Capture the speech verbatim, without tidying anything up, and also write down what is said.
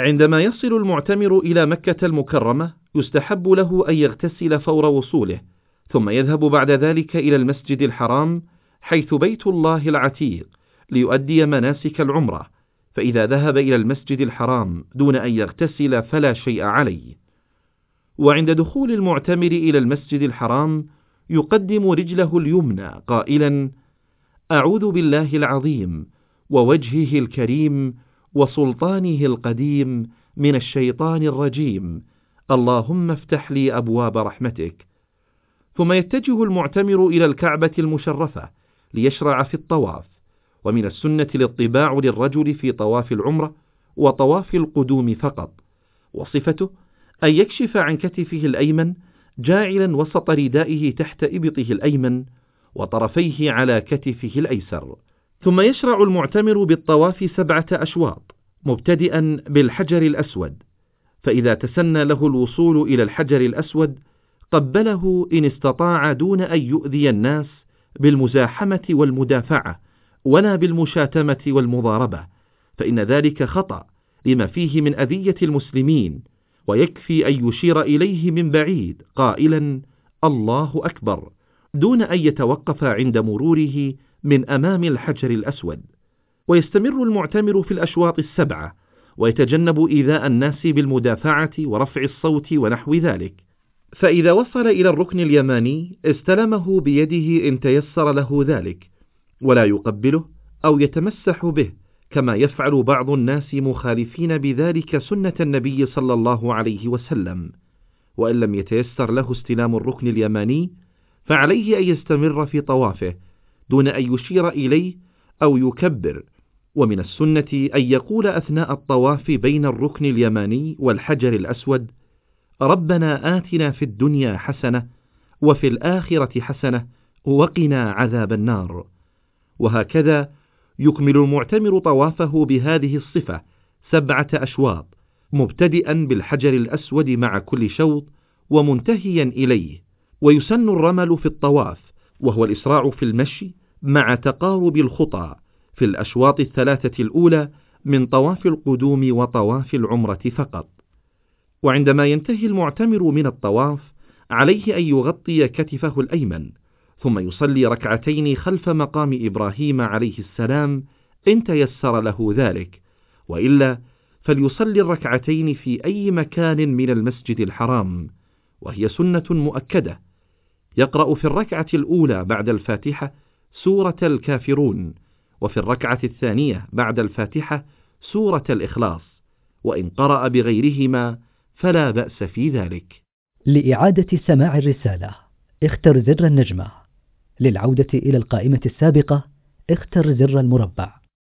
عندما يصل المعتمر إلى مكة المكرمة يستحب له أن يغتسل فور وصوله، ثم يذهب بعد ذلك إلى المسجد الحرام حيث بيت الله العتيق ليؤدي مناسك العمرة، فإذا ذهب إلى المسجد الحرام دون أن يغتسل فلا شيء عليه. وعند دخول المعتمر إلى المسجد الحرام يقدم رجله اليمنى قائلا: أعوذ بالله العظيم ووجهه الكريم وسلطانه القديم من الشيطان الرجيم، اللهم افتح لي أبواب رحمتك. ثم يتجه المعتمر إلى الكعبة المشرفة ليشرع في الطواف، ومن السنة الاطباع للرجل في طواف العمرة وطواف القدوم فقط، وصفته أن يكشف عن كتفه الأيمن جاعلا وسط ردائه تحت إبطه الأيمن وطرفيه على كتفه الأيسر. ثم يشرع المعتمر بالطواف سبعة أشواط مبتدئا بالحجر الأسود، فإذا تسنى له الوصول إلى الحجر الأسود قبله إن استطاع دون أن يؤذي الناس بالمزاحمة والمدافعة ولا بالمشاتمة والمضاربة، فإن ذلك خطأ لما فيه من أذية المسلمين، ويكفي أن يشير إليه من بعيد قائلا الله أكبر دون أن يتوقف عند مروره من أمام الحجر الأسود. ويستمر المعتمر في الأشواط السبعة ويتجنب إيذاء الناس بالمدافعة ورفع الصوت ونحو ذلك، فإذا وصل إلى الركن اليماني استلمه بيده إن تيسر له ذلك، ولا يقبله أو يتمسح به كما يفعل بعض الناس مخالفين بذلك سنة النبي صلى الله عليه وسلم. وإن لم يتيسر له استلام الركن اليماني فعليه أن يستمر في طوافه دون أن يشير إليه أو يكبر. ومن السنة أن يقول أثناء الطواف بين الركن اليماني والحجر الأسود: ربنا آتنا في الدنيا حسنة وفي الآخرة حسنة وقنا عذاب النار. وهكذا يكمل المعتمر طوافه بهذه الصفة سبعة أشواط مبتدئا بالحجر الأسود مع كل شوط ومنتهيا إليه. ويسن الرمل في الطواف، وهو الإسراع في المشي مع تقارب الخطى في الأشواط الثلاثة الأولى من طواف القدوم وطواف العمرة فقط. وعندما ينتهي المعتمر من الطواف عليه أن يغطي كتفه الأيمن، ثم يصلي ركعتين خلف مقام إبراهيم عليه السلام إن تيسر له ذلك، وإلا فليصلي الركعتين في أي مكان من المسجد الحرام، وهي سنة مؤكدة. يقرأ في الركعة الأولى بعد الفاتحة سورة الكافرون، وفي الركعة الثانية بعد الفاتحة سورة الإخلاص، وإن قرأ بغيرهما فلا بأس في ذلك. لإعادة سماع الرسالة اختر زر النجمة، للعودة إلى القائمة السابقة اختر زر المربع.